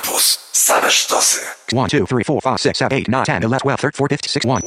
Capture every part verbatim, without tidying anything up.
Campus. Same sztosy. one, two, three, four, five, six, seven, eight, nine, ten, eleven, twelve, thirteen, fourteen, fifteen, sixteen, one.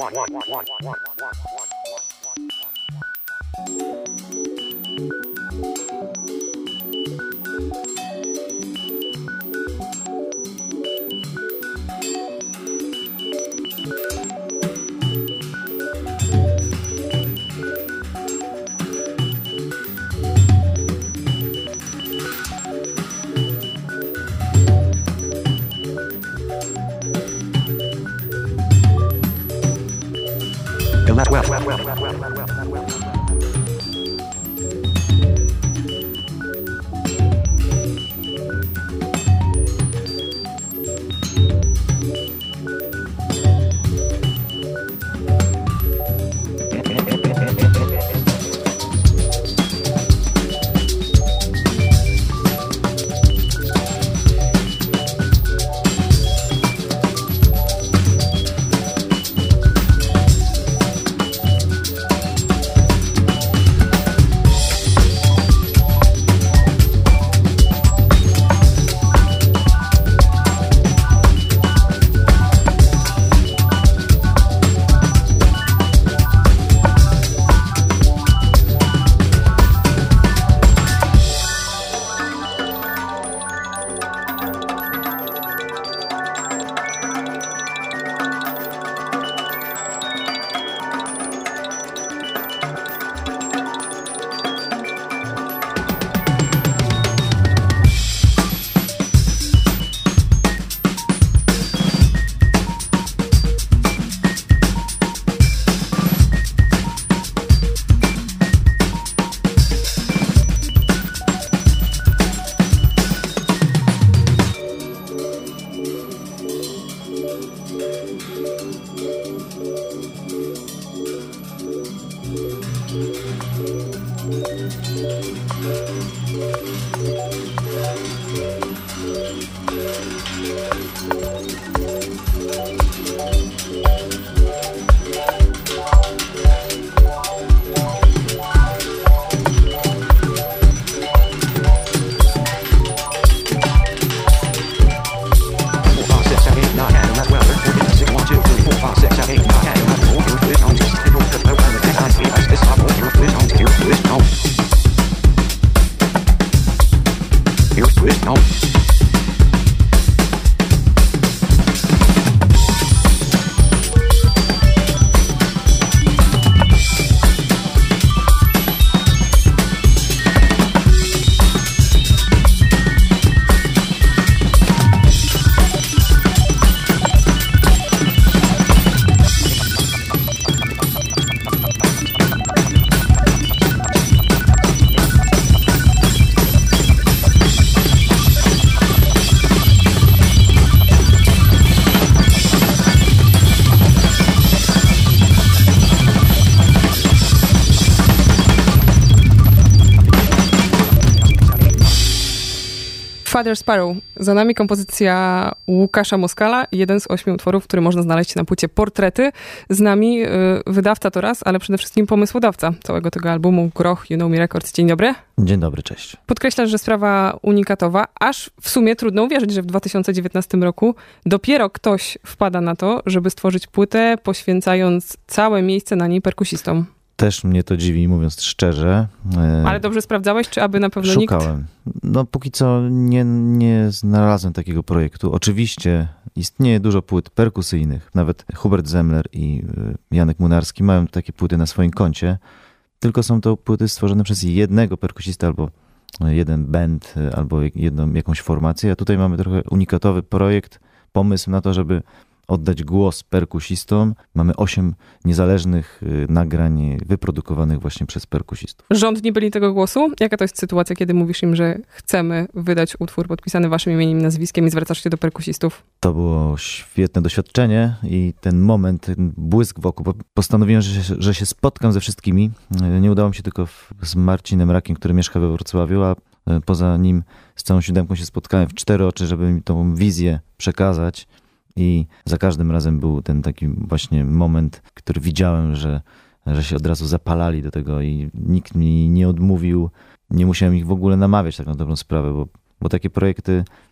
Father Sparrow. Za nami kompozycja Łukasza Moskala, jeden z ośmiu utworów, który można znaleźć na płycie Portrety. Z nami y, wydawca to raz, ale przede wszystkim pomysłodawca całego tego albumu, Groch, You Know Me Records. Dzień dobry. Dzień dobry, cześć. Podkreślasz, że sprawa unikatowa, aż w sumie trudno uwierzyć, że w dwa tysiące dziewiętnastym roku dopiero ktoś wpada na to, żeby stworzyć płytę, poświęcając całe miejsce na niej perkusistom. Też mnie to dziwi, mówiąc szczerze. Ale dobrze sprawdzałeś, czy aby na pewno Szukałem. nikt? No póki co nie, nie znalazłem takiego projektu. Oczywiście istnieje dużo płyt perkusyjnych. Nawet Hubert Zemler i Janek Munarski mają takie płyty na swoim koncie. Tylko są to płyty stworzone przez jednego perkusistę albo jeden band, albo jedną jakąś formację. A tutaj mamy trochę unikatowy projekt, pomysł na to, żeby oddać głos perkusistom. Mamy osiem niezależnych nagrań wyprodukowanych właśnie przez perkusistów. Żądni byli tego głosu? Jaka to jest sytuacja, kiedy mówisz im, że chcemy wydać utwór podpisany waszym imieniem i nazwiskiem i zwracasz się do perkusistów? To było świetne doświadczenie i ten moment, ten błysk wokół. Postanowiłem, że się, że się spotkam ze wszystkimi. Nie udało mi się tylko z Marcinem Rakiem, który mieszka we Wrocławiu, a poza nim z całą siódemką się spotkałem w cztery oczy, żeby mi tą wizję przekazać. I za każdym razem był ten taki właśnie moment, który widziałem, że, że się od razu zapalali do tego i nikt mi nie odmówił. Nie musiałem ich w ogóle namawiać tak na dobrą sprawę, bo, bo takie projekty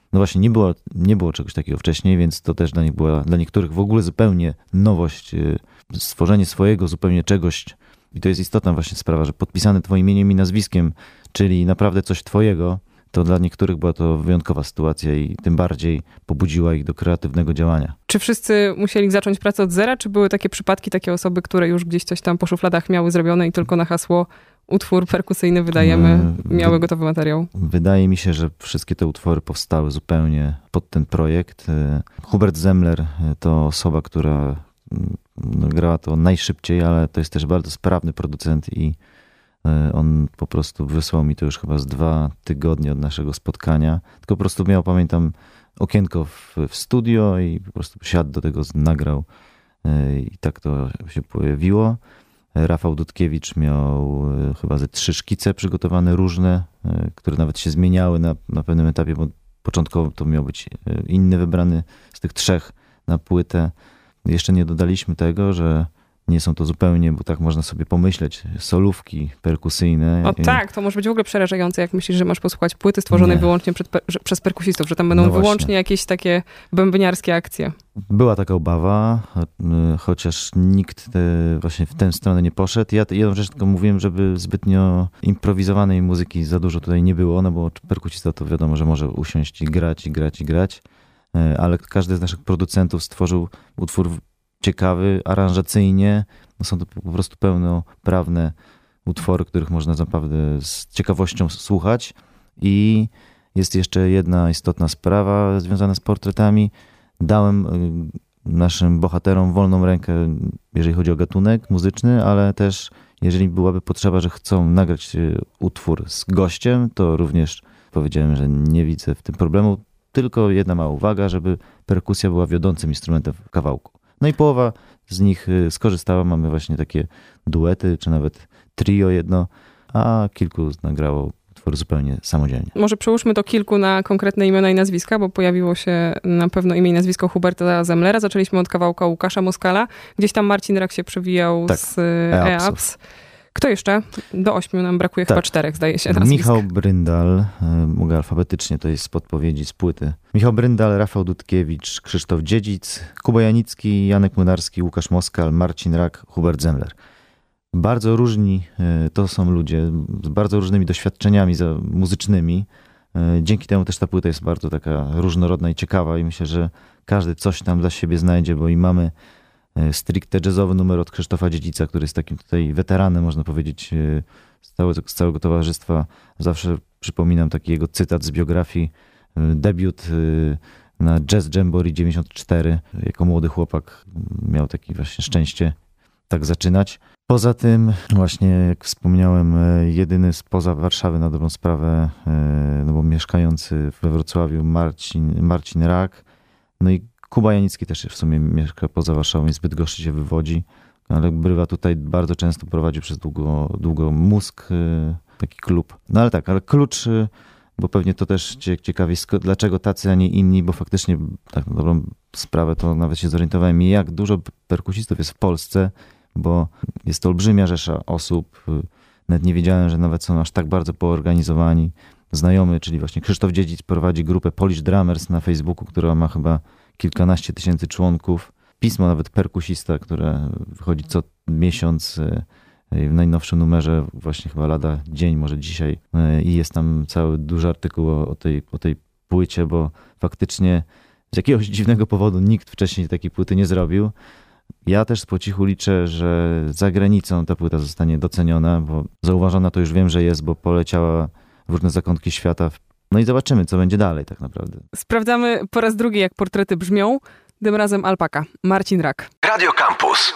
No właśnie, nie było, nie było czegoś takiego wcześniej, więc to też dla nich była, dla niektórych w ogóle zupełnie nowość, stworzenie swojego zupełnie czegoś. I to jest istotna właśnie sprawa, że podpisane twoim imieniem i nazwiskiem, czyli naprawdę coś twojego, to dla niektórych była to wyjątkowa sytuacja i tym bardziej pobudziła ich do kreatywnego działania. Czy wszyscy musieli zacząć pracę od zera, czy były takie przypadki, takie osoby, które już gdzieś coś tam po szufladach miały zrobione i tylko na hasło utwór perkusyjny wydajemy, miały gotowy materiał? Wydaje mi się, że wszystkie te utwory powstały zupełnie pod ten projekt. Hubert Zemler to osoba, która no, grała to najszybciej, ale to jest też bardzo sprawny producent i on po prostu wysłał mi to już chyba z dwa tygodnie od naszego spotkania. Tylko po prostu miał, pamiętam, okienko w, w studio i po prostu siadł do tego, nagrał i tak to się pojawiło. Rafał Dudkiewicz miał chyba ze trzy szkice przygotowane różne, które nawet się zmieniały na, na pewnym etapie, bo początkowo to miał być inny wybrany z tych trzech na płytę. Jeszcze nie dodaliśmy tego, że nie są to zupełnie, bo tak można sobie pomyśleć, solówki perkusyjne. O tak, to może być w ogóle przerażające, jak myślisz, że masz posłuchać płyty stworzonej nie. wyłącznie przed, że, przez perkusistów, że tam będą no wyłącznie jakieś takie bębniarskie akcje. Była taka obawa, chociaż nikt te, właśnie w tę stronę nie poszedł. Ja jedną rzecz tylko mówiłem, żeby zbytnio improwizowanej muzyki za dużo tutaj nie było, no bo perkusista to wiadomo, że może usiąść i grać, i grać, i grać, ale każdy z naszych producentów stworzył utwór ciekawy, aranżacyjnie. No są to po prostu pełnoprawne utwory, których można naprawdę z ciekawością słuchać. I jest jeszcze jedna istotna sprawa związana z portretami. Dałem naszym bohaterom wolną rękę, jeżeli chodzi o gatunek muzyczny, ale też jeżeli byłaby potrzeba, że chcą nagrać utwór z gościem, to również powiedziałem, że nie widzę w tym problemu. Tylko jedna mała uwaga, żeby perkusja była wiodącym instrumentem w kawałku. No i połowa z nich skorzystała. Mamy właśnie takie duety, czy nawet trio jedno, a kilku nagrało utwory zupełnie samodzielnie. Może przełóżmy to kilku na konkretne imiona i nazwiska, bo pojawiło się na pewno imię i nazwisko Huberta Zemlera. Zaczęliśmy od kawałka Łukasza Moskala. Gdzieś tam Marcin Rak się przewijał tak, z E A P S. Kto jeszcze? Do ośmiu nam brakuje, tak. Chyba czterech, zdaje się. Nazwisk. Michał Bryndal, mogę alfabetycznie, to jest z podpowiedzi, z płyty. Michał Bryndal, Rafał Dudkiewicz, Krzysztof Dziedzic, Kuba Janicki, Janek Młynarski, Łukasz Moskal, Marcin Rak, Hubert Zemler. Bardzo różni to są ludzie, z bardzo różnymi doświadczeniami muzycznymi. Dzięki temu też ta płyta jest bardzo taka różnorodna i ciekawa i myślę, że każdy coś tam dla siebie znajdzie, bo i mamy stricte jazzowy numer od Krzysztofa Dziedzica, który jest takim tutaj weteranem, można powiedzieć, z całego, z całego towarzystwa. Zawsze przypominam taki jego cytat z biografii. Debiut na Jazz Jamboree dziewięćdziesiąt cztery. Jako młody chłopak miał takie właśnie szczęście tak zaczynać. Poza tym właśnie, jak wspomniałem, jedyny spoza Warszawy na dobrą sprawę, no bo mieszkający we Wrocławiu Marcin, Marcin Rak, no i Kuba Janicki też w sumie mieszka poza Warszawą i z Bydgoszczy się wywodzi, ale bywa tutaj bardzo często, prowadził przez długo, długo Mózg, taki klub. No ale tak, ale klucz, bo pewnie to też ciekawi, dlaczego tacy, a nie inni, bo faktycznie tak na dobrą sprawę to nawet się zorientowałem, jak dużo perkusistów jest w Polsce, bo jest to olbrzymia rzesza osób. Nawet nie wiedziałem, że nawet są aż tak bardzo poorganizowani. Znajomy, czyli właśnie Krzysztof Dziedzic prowadzi grupę Polish Drummers na Facebooku, która ma chyba kilkanaście tysięcy członków. Pismo nawet perkusista, które wychodzi co miesiąc w najnowszym numerze, właśnie chyba lada dzień, może dzisiaj. I jest tam cały duży artykuł o tej, o tej płycie, bo faktycznie z jakiegoś dziwnego powodu nikt wcześniej takiej płyty nie zrobił. Ja też po cichu liczę, że za granicą ta płyta zostanie doceniona, bo zauważona to już wiem, że jest, bo poleciała w różne zakątki świata. No i zobaczymy, co będzie dalej tak naprawdę. Sprawdzamy po raz drugi, jak portrety brzmią. Tym razem Alpaka. Marcin Rak. Radio Campus.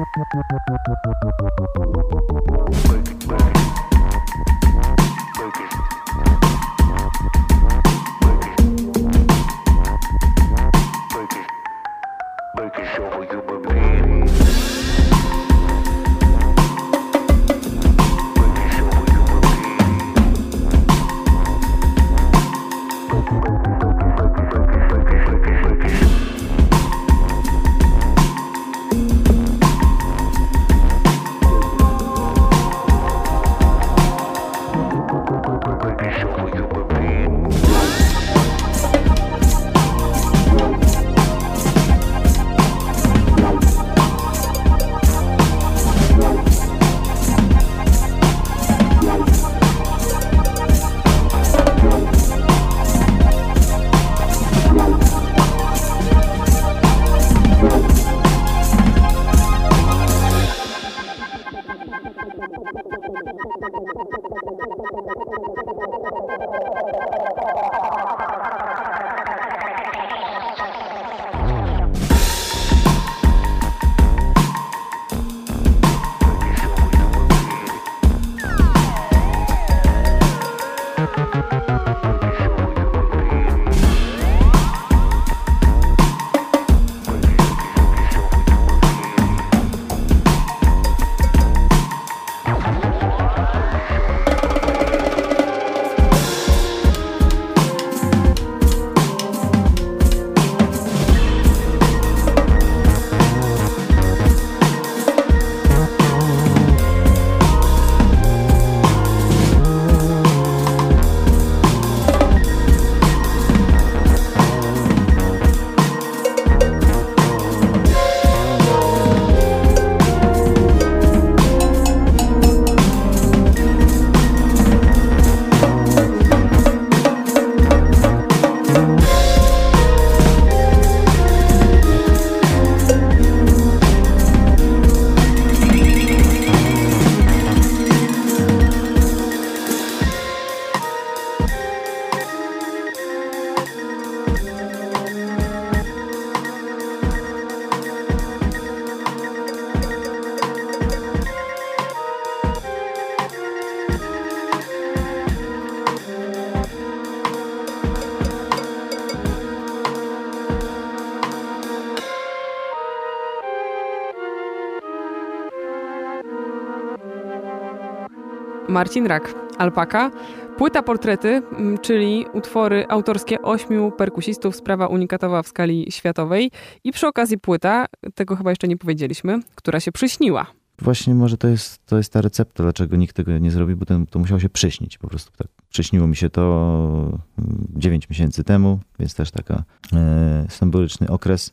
Marcin Rak, Alpaka. Płyta Portrety, czyli utwory autorskie ośmiu perkusistów, sprawa unikatowa w skali światowej. I przy okazji płyta, tego chyba jeszcze nie powiedzieliśmy, która się przyśniła. Właśnie może to jest, to jest ta recepta, dlaczego nikt tego nie zrobił, bo ten, to musiało się przyśnić po prostu. Tak. Przyśniło mi się to dziewięć miesięcy temu, więc też taka e, symboliczny okres.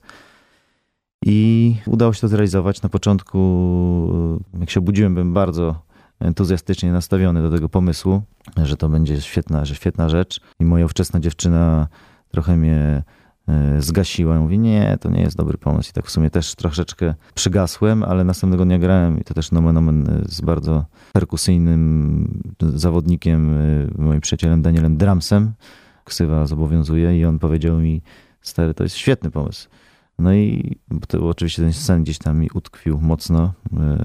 I udało się to zrealizować. Na początku, jak się obudziłem, byłem bardzo entuzjastycznie nastawiony do tego pomysłu, że to będzie świetna, że świetna rzecz. I moja ówczesna dziewczyna trochę mnie zgasiła. Mówi, nie, to nie jest dobry pomysł. I tak w sumie też troszeczkę przygasłem, ale następnego dnia grałem i to też nomen omen z bardzo perkusyjnym zawodnikiem, moim przyjacielem Danielem Dramsem. Ksywa zobowiązuje i on powiedział mi, stary, to jest świetny pomysł. No i to, oczywiście ten scen gdzieś tam mi utkwił mocno.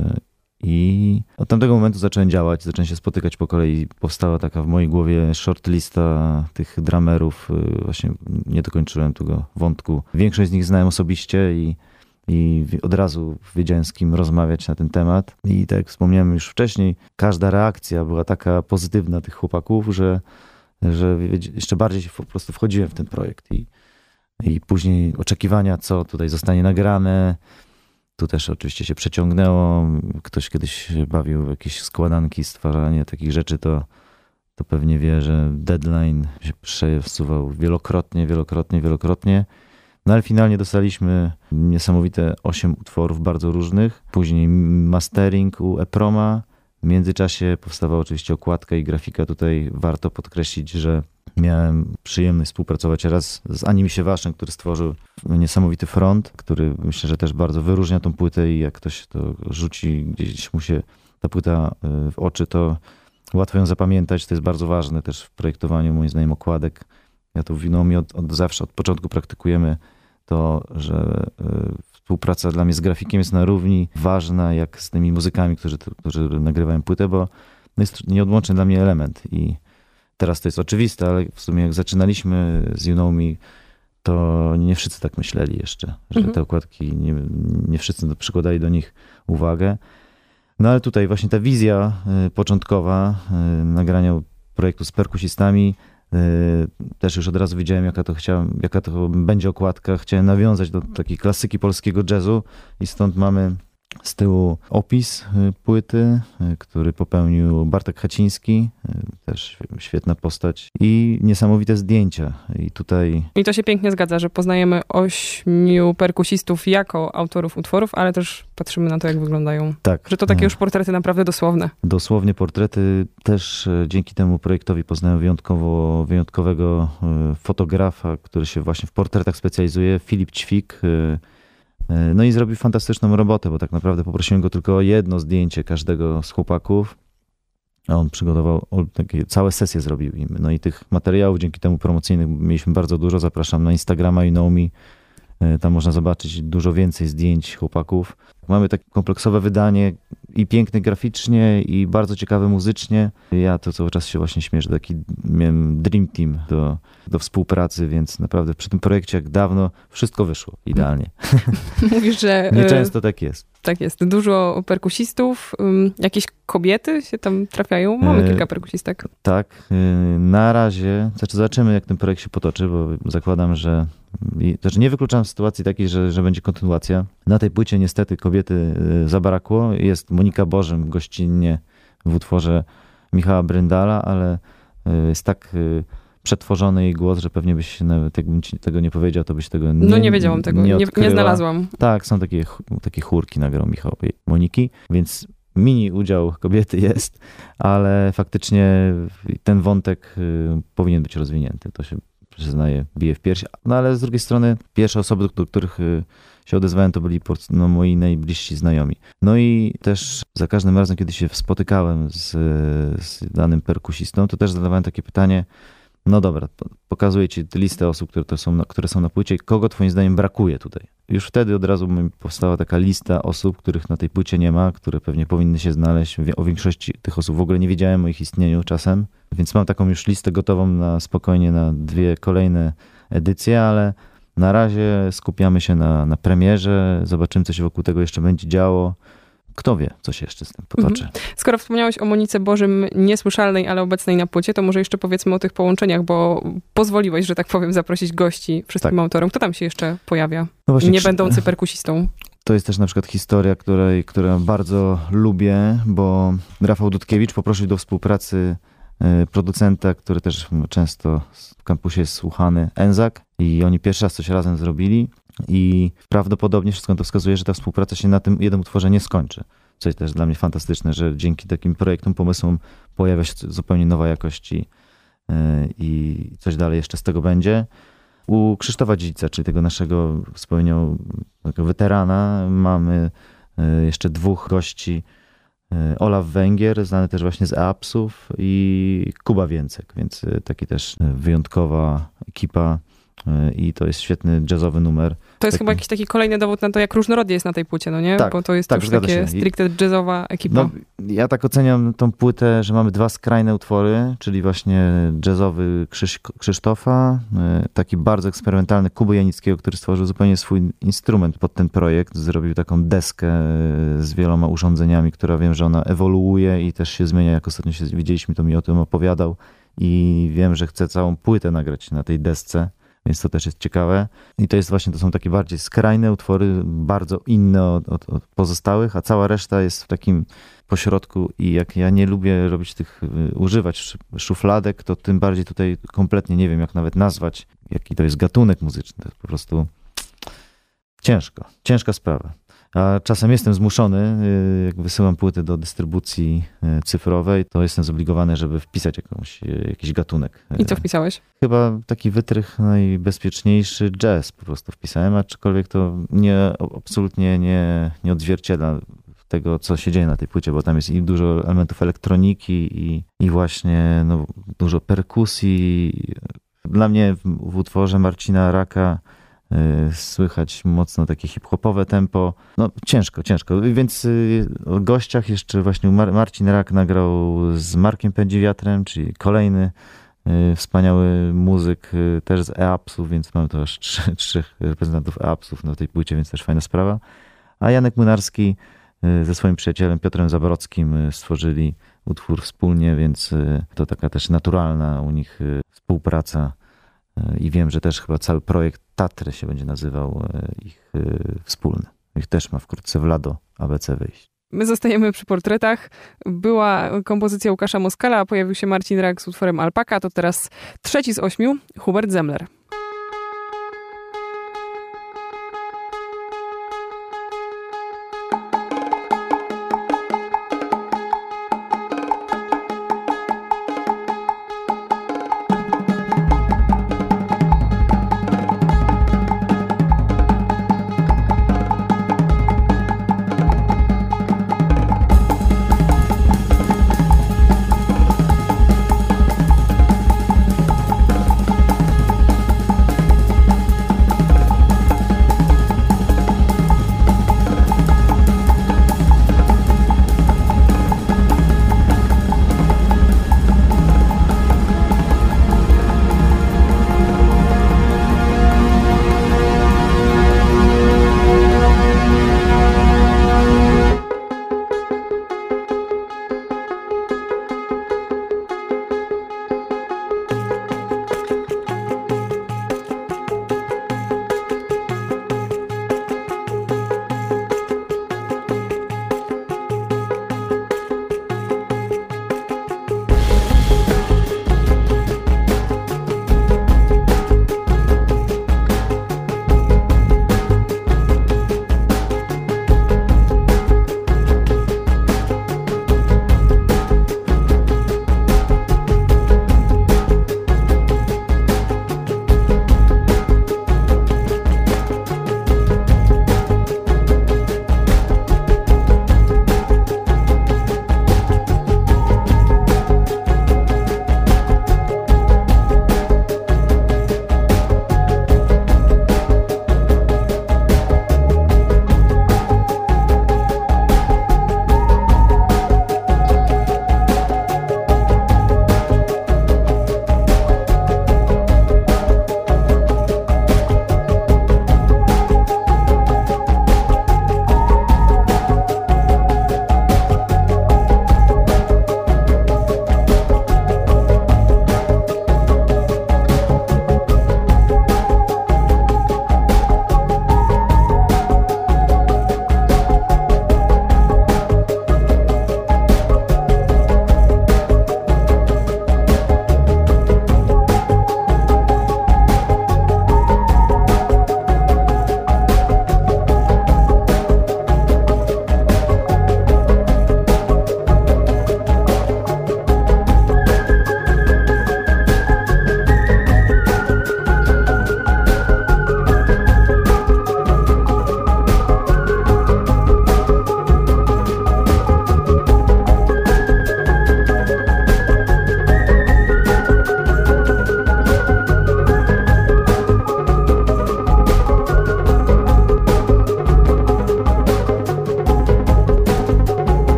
I od tamtego momentu zacząłem działać, zacząłem się spotykać po kolei. Powstała taka w mojej głowie shortlista tych dramerów. Właśnie nie dokończyłem tego wątku. Większość z nich znałem osobiście i, i od razu wiedziałem, z kim rozmawiać na ten temat. I tak jak wspomniałem już wcześniej, każda reakcja była taka pozytywna tych chłopaków, że, że jeszcze bardziej się po prostu wchodziłem w ten projekt. I, i później oczekiwania, co tutaj zostanie nagrane. Tu też oczywiście się przeciągnęło. Ktoś kiedyś się bawił w jakieś składanki, stwarzanie takich rzeczy, to, to pewnie wie, że deadline się przesuwał wielokrotnie, wielokrotnie, wielokrotnie. No ale finalnie dostaliśmy niesamowite osiem utworów bardzo różnych. Później mastering u Eproma. W międzyczasie powstawała oczywiście okładka i grafika. Tutaj warto podkreślić, że miałem przyjemność współpracować raz z Anim Siewaszem, który stworzył niesamowity front, który myślę, że też bardzo wyróżnia tą płytę i jak ktoś to rzuci, gdzieś mu się ta płyta w oczy, to łatwo ją zapamiętać. To jest bardzo ważne też w projektowaniu, moim zdaniem, okładek. Ja to w Winomie od, od zawsze, od początku praktykujemy to, że współpraca dla mnie z grafikiem jest na równi ważna jak z tymi muzykami, którzy, którzy nagrywają płytę, bo jest nieodłączny dla mnie element i teraz to jest oczywiste, ale w sumie jak zaczynaliśmy z You Know Me, to nie wszyscy tak myśleli jeszcze, że Mhm. te okładki, nie, nie wszyscy przykładali do nich uwagę. No ale tutaj właśnie ta wizja y, początkowa y, nagrania projektu z perkusistami, y, też już od razu wiedziałem, jaka to chciałem, jaka to będzie okładka. Chciałem nawiązać do takiej klasyki polskiego jazzu i stąd mamy z tyłu opis y, płyty, y, który popełnił Bartek Haciński, y, też świetna postać i niesamowite zdjęcia. I tutaj I to się pięknie zgadza, że poznajemy ośmiu perkusistów jako autorów utworów, ale też patrzymy na to, jak wyglądają. tak. Że to takie y, już portrety naprawdę dosłowne. Dosłownie portrety. Też e, dzięki temu projektowi poznałem wyjątkowo, wyjątkowego e, fotografa, który się właśnie w portretach specjalizuje, Filip Ćwik. e, e, No i zrobił fantastyczną robotę, bo tak naprawdę poprosiłem go tylko o jedno zdjęcie każdego z chłopaków, a on przygotował ol- takie całe sesje zrobił im. No i tych materiałów dzięki temu promocyjnych mieliśmy bardzo dużo. Zapraszam na Instagrama You Know Me. E, Tam można zobaczyć dużo więcej zdjęć chłopaków. Mamy takie kompleksowe wydanie i piękne graficznie, i bardzo ciekawe muzycznie. Ja to cały czas się właśnie śmieję, że taki miałem dream team do, do współpracy, więc naprawdę przy tym projekcie jak dawno wszystko wyszło idealnie. Mówisz, że... e, Nieczęsto tak jest. Tak jest. Dużo perkusistów. ym, Jakieś kobiety się tam trafiają. Mamy E, kilka perkusistek. Tak, y, na razie, znaczy zobaczymy jak ten projekt się potoczy, bo zakładam, że i- znaczy nie wykluczam sytuacji takiej, że, że będzie kontynuacja. Na tej płycie niestety kobiety y, zabrakło. Jest Monika Bożym gościnnie w utworze Michała Bryndala, ale y, jest tak y, przetworzony jej głos, że pewnie byś się nawet, jakbym ci tego nie powiedział, to byś tego nie No nie wiedziałam tego. Nie, nie odkryła. znalazłam. Tak, są takie, ch- takie chórki nagrał Michał i Moniki, więc mini udział kobiety jest, ale faktycznie ten wątek y, powinien być rozwinięty. To się przyznaję, bije w piersi. No ale z drugiej strony pierwsze osoby, do których y, się odezwałem, to byli por- no, moi najbliżsi znajomi. No i też za każdym razem, kiedy się spotykałem z, z danym perkusistą, to też zadawałem takie pytanie, no dobra, po- pokazuję ci listę osób, które, to są na, które są na płycie. Kogo twoim zdaniem brakuje tutaj? Już wtedy od razu mi powstała taka lista osób, których na tej płycie nie ma, które pewnie powinny się znaleźć. Wie- O większości tych osób w ogóle nie wiedziałem o ich istnieniu czasem, więc mam taką już listę gotową na spokojnie na dwie kolejne edycje, ale na razie skupiamy się na, na premierze. Zobaczymy, co się wokół tego jeszcze będzie działo. Kto wie, co się jeszcze z tym potoczy. Skoro wspomniałeś o Monice Bożym, niesłyszalnej, ale obecnej na płycie, to może jeszcze powiedzmy o tych połączeniach, bo pozwoliłeś, że tak powiem, zaprosić gości wszystkim Tak. autorom. Kto tam się jeszcze pojawia? No właśnie, Nie Krzy- będący perkusistą. To jest też na przykład historia, której, którą bardzo lubię, bo Rafał Dudkiewicz poprosił do współpracy e, producenta, który też no, często w kampusie jest słuchany, Enzak, i oni pierwszy raz coś razem zrobili i prawdopodobnie wszystko to wskazuje, że ta współpraca się na tym jednym utworze nie skończy. Co jest też dla mnie fantastyczne, że dzięki takim projektom, pomysłom pojawia się zupełnie nowa jakość i, e, i coś dalej jeszcze z tego będzie. U Krzysztofa Dziedzica, czyli tego naszego, wspomniał, tego weterana, mamy e, jeszcze dwóch gości. e, Olaf Węgier, znany też właśnie z Eapsów, i Kuba Więcek, więc e, taki też e, wyjątkowa ekipa e, i to jest świetny jazzowy numer. To jest Taki- chyba jakiś taki kolejny dowód na to, jak różnorodnie jest na tej płycie, no nie? Tak, Bo to jest tak, już zgadza takie się. I- stricte jazzowa ekipa. No, ja tak oceniam tą płytę, że mamy dwa skrajne utwory, czyli właśnie jazzowy Krzyś, Krzysztofa, e, taki bardzo eksperymentalny Kuby Janickiego, który stworzył zupełnie swój instrument pod ten projekt. Zrobił taką deskę e, z wieloma urządzeniami, która wiem, że ona ewoluuje i też się zmienia. Jak ostatnio się widzieliśmy, to mi o tym opowiadał i wiem, że chce całą płytę nagrać na tej desce. Więc to też jest ciekawe. I to jest właśnie, to są takie bardziej skrajne utwory, bardzo inne od, od, od pozostałych, a cała reszta jest w takim pośrodku i jak ja nie lubię robić tych, y, używać sz- szufladek, to tym bardziej tutaj kompletnie nie wiem, jak nawet nazwać, jaki to jest gatunek muzyczny. To jest po prostu ciężko, ciężka sprawa. A czasem jestem zmuszony, y, jak wysyłam płyty do dystrybucji y, cyfrowej, to jestem zobligowany, żeby wpisać jakąś, y, jakiś gatunek. I co wpisałeś? Chyba taki wytrych najbezpieczniejszy jazz po prostu wpisałem, aczkolwiek to nie, absolutnie nie, nie odzwierciedla tego, co się dzieje na tej płycie, bo tam jest i dużo elementów elektroniki i, i właśnie no, dużo perkusji. Dla mnie w, w utworze Marcina Raka Słychać mocno takie hip-hopowe tempo. No ciężko, ciężko. Więc o gościach jeszcze właśnie Mar- Marcin Rak nagrał z Markiem Pędziwiatrem, czyli kolejny wspaniały muzyk też z E-Apsów, więc mamy tu aż trzy, trzech reprezentantów E-Apsów na tej płycie, więc też fajna sprawa. A Janek Młynarski ze swoim przyjacielem Piotrem Zaborockim stworzyli utwór wspólnie, więc to taka też naturalna u nich współpraca i wiem, że też chyba cały projekt Tatry się będzie nazywał ich wspólny. Ich też ma wkrótce w Lado A B C wyjść. My zostajemy przy portretach. Była kompozycja Łukasza Moskala, a pojawił się Marcin Rak z utworem Alpaka. To teraz trzeci z ośmiu, Hubert Zemler.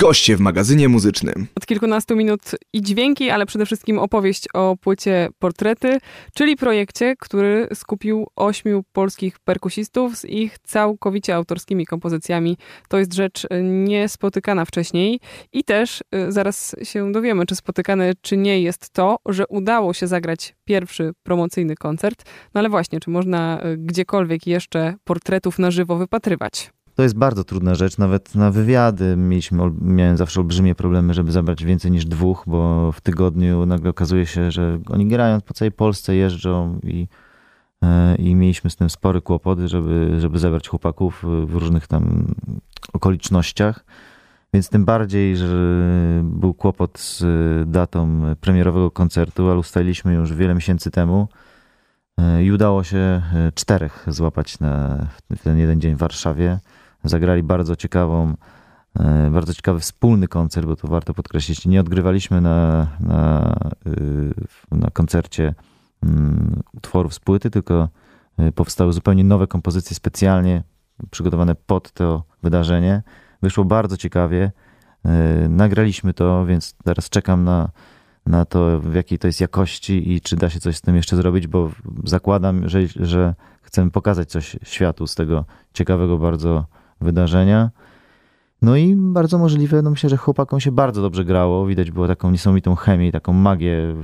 Goście w magazynie muzycznym. Od kilkunastu minut i dźwięki, ale przede wszystkim opowieść o płycie Portrety, czyli projekcie, który skupił ośmiu polskich perkusistów z ich całkowicie autorskimi kompozycjami. To jest rzecz niespotykana wcześniej i też zaraz się dowiemy, czy spotykane, czy nie jest to, że udało się zagrać pierwszy promocyjny koncert. No ale właśnie, czy można gdziekolwiek jeszcze portretów na żywo wypatrywać? To jest bardzo trudna rzecz, nawet na wywiady mieliśmy, miałem zawsze olbrzymie problemy, żeby zabrać więcej niż dwóch, bo w tygodniu nagle okazuje się, że oni grają po całej Polsce, jeżdżą i, i mieliśmy z tym spory kłopot, żeby, żeby zebrać chłopaków w różnych tam okolicznościach, więc tym bardziej, że był kłopot z datą premierowego koncertu, ale ustaliliśmy już wiele miesięcy temu i udało się czterech złapać na w ten jeden dzień w Warszawie. Zagrali bardzo ciekawą, bardzo ciekawy wspólny koncert, bo to warto podkreślić. Nie odgrywaliśmy na, na, na koncercie utworów z płyty, tylko powstały zupełnie nowe kompozycje specjalnie przygotowane pod to wydarzenie. Wyszło bardzo ciekawie. Nagraliśmy to, więc teraz czekam na, na to, w jakiej to jest jakości i czy da się coś z tym jeszcze zrobić, bo zakładam, że, że chcemy pokazać coś światu z tego ciekawego bardzo wydarzenia. No i bardzo możliwe, no myślę, że chłopakom się bardzo dobrze grało. Widać było taką niesamowitą chemię i taką magię,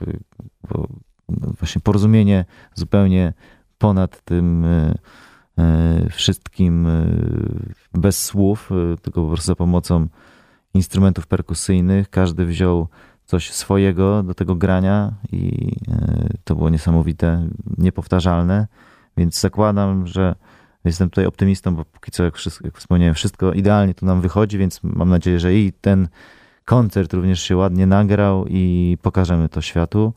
właśnie porozumienie zupełnie ponad tym wszystkim, bez słów, tylko po prostu za pomocą instrumentów perkusyjnych. Każdy wziął coś swojego do tego grania i to było niesamowite, niepowtarzalne, więc zakładam, że jestem tutaj optymistą, bo póki co, jak, wszystko, jak wspomniałem, wszystko idealnie tu nam wychodzi, więc mam nadzieję, że i ten koncert również się ładnie nagrał i pokażemy to światu.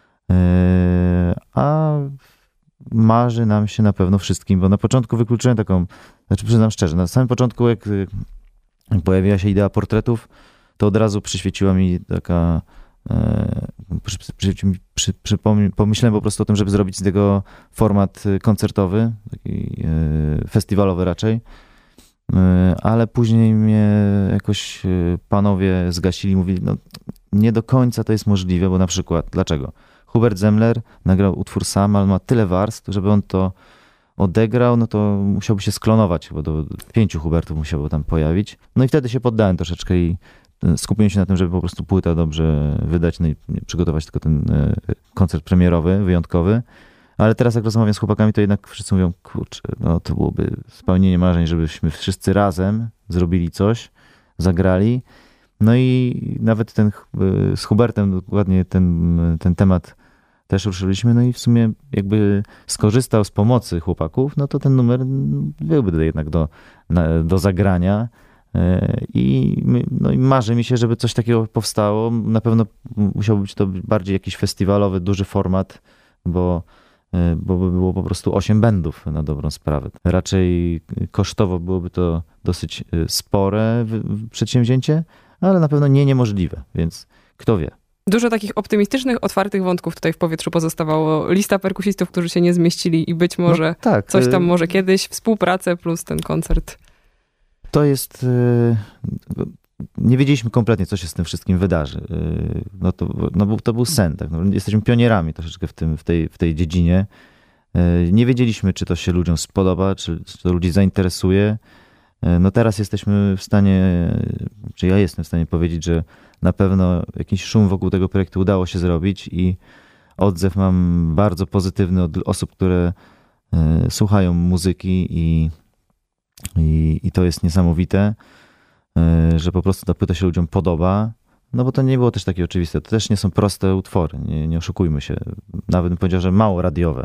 A marzy nam się na pewno wszystkim, bo na początku wykluczyłem taką, znaczy przyznam szczerze, na samym początku jak pojawiła się idea portretów, to od razu przyświeciła mi taka, przy, przy, przy, przy, pomyślałem po prostu o tym, żeby zrobić z tego format koncertowy, taki festiwalowy raczej, ale później mnie jakoś panowie zgasili, mówili, no nie do końca to jest możliwe, bo na przykład, dlaczego? Hubert Zemler nagrał utwór sam, ale ma tyle warstw, żeby on to odegrał, no to musiałby się sklonować, bo do pięciu Hubertów musiało tam pojawić. No i wtedy się poddałem troszeczkę i skupiłem się na tym, żeby po prostu płytę dobrze wydać, no i przygotować tylko ten koncert premierowy, wyjątkowy. Ale teraz jak rozmawiam z chłopakami, to jednak wszyscy mówią, kurczę, no to byłoby spełnienie marzeń, żebyśmy wszyscy razem zrobili coś, zagrali. No i nawet ten z Hubertem dokładnie ten, ten temat też ruszyliśmy, no i w sumie jakby skorzystał z pomocy chłopaków, no to ten numer byłby jednak do, do zagrania. I, no i marzy mi się, żeby coś takiego powstało. Na pewno musiałby być to bardziej jakiś festiwalowy, duży format, bo, bo by było po prostu osiem bandów na dobrą sprawę. Raczej kosztowo byłoby to dosyć spore przedsięwzięcie, ale na pewno nie niemożliwe, więc kto wie. Dużo takich optymistycznych, otwartych wątków tutaj w powietrzu pozostawało. Lista perkusistów, którzy się nie zmieścili i być może no tak, coś tam może kiedyś, współpracę plus ten koncert. To jest... Nie wiedzieliśmy kompletnie, co się z tym wszystkim wydarzy. No to, no to był sen. Tak? No jesteśmy pionierami troszeczkę w, tym, w, tej, w tej dziedzinie. Nie wiedzieliśmy, czy to się ludziom spodoba, czy, czy to ludzi zainteresuje. No teraz jesteśmy w stanie, czy ja jestem w stanie powiedzieć, że na pewno jakiś szum wokół tego projektu udało się zrobić i odzew mam bardzo pozytywny od osób, które słuchają muzyki i, i, i to jest niesamowite, że po prostu ta płyta się ludziom podoba, no bo to nie było też takie oczywiste. To też nie są proste utwory, nie, nie oszukujmy się. Nawet bym powiedział, że mało radiowe,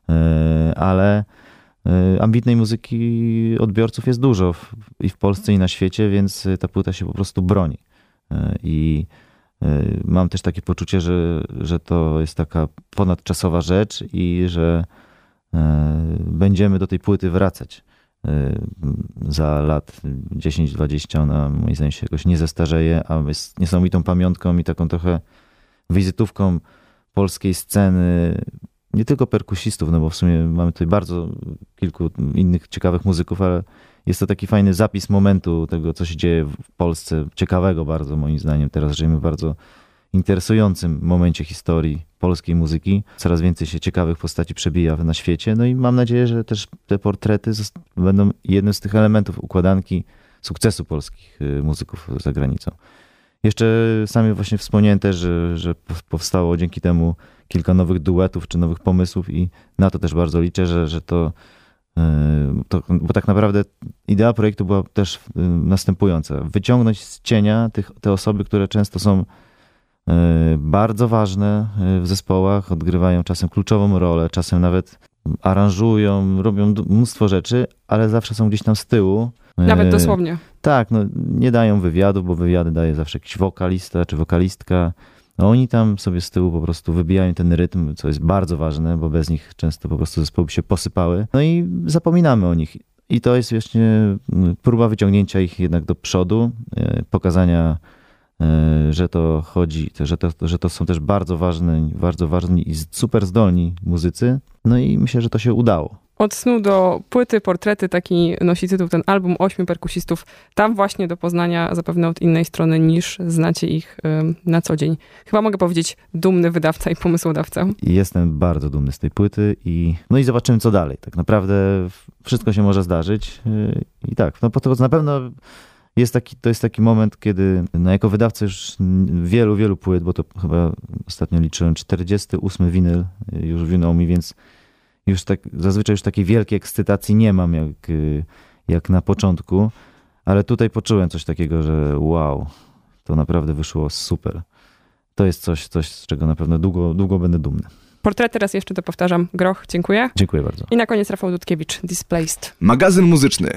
ale ambitnej muzyki odbiorców jest dużo w, i w Polsce, i na świecie, więc ta płyta się po prostu broni. I mam też takie poczucie, że, że to jest taka ponadczasowa rzecz i że będziemy do tej płyty wracać. Za lat dziesięć dwadzieścia ona moim zdaniem się jakoś nie zestarzeje, a jest niesamowitą pamiątką i taką trochę wizytówką polskiej sceny, nie tylko perkusistów, no bo w sumie mamy tutaj bardzo kilku innych ciekawych muzyków, ale jest to taki fajny zapis momentu tego, co się dzieje w Polsce, ciekawego bardzo moim zdaniem. Teraz żyjemy w bardzo interesującym momencie historii polskiej muzyki. Coraz więcej się ciekawych postaci przebija na świecie, no i mam nadzieję, że też te portrety będą jednym z tych elementów układanki sukcesu polskich muzyków za granicą. Jeszcze sami właśnie wspomniałem też, że, że powstało dzięki temu kilka nowych duetów czy nowych pomysłów i na to też bardzo liczę, że, że to, to, bo tak naprawdę idea projektu była też następująca. Wyciągnąć z cienia tych, te osoby, które często są bardzo ważne w zespołach, odgrywają czasem kluczową rolę, czasem nawet aranżują, robią mnóstwo rzeczy, ale zawsze są gdzieś tam z tyłu. Nawet dosłownie. Tak, no nie dają wywiadów, bo wywiady daje zawsze jakiś wokalista czy wokalistka. No oni tam sobie z tyłu po prostu wybijają ten rytm, co jest bardzo ważne, bo bez nich często po prostu zespoły się posypały. No i zapominamy o nich. I to jest właśnie próba wyciągnięcia ich jednak do przodu, pokazania, że to chodzi, że to, że to są też bardzo ważni, bardzo ważni i super zdolni muzycy. No i myślę, że to się udało. Od snu do płyty, portrety, taki nosi tytuł ten album ośmiu perkusistów. Tam właśnie do poznania zapewne od innej strony niż znacie ich na co dzień. Chyba mogę powiedzieć dumny wydawca i pomysłodawca. Jestem bardzo dumny z tej płyty i no i zobaczymy co dalej. Tak naprawdę wszystko się może zdarzyć i tak, no po to na pewno jest taki, to jest taki moment, kiedy no jako wydawca już wielu, wielu płyt, bo to chyba ostatnio liczyłem czterdziesty ósmy winyl już winął mi, więc już tak, zazwyczaj już takiej wielkiej ekscytacji nie mam jak, jak na początku, ale tutaj poczułem coś takiego, że wow, to naprawdę wyszło super. To jest coś, coś z czego na pewno długo, długo będę dumny. Portrety raz jeszcze to powtarzam. Groch, dziękuję. Dziękuję bardzo. I na koniec Rafał Dudkiewicz, Displaced. Magazyn muzyczny.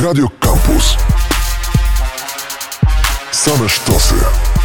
Radio Campus. Same sztosy.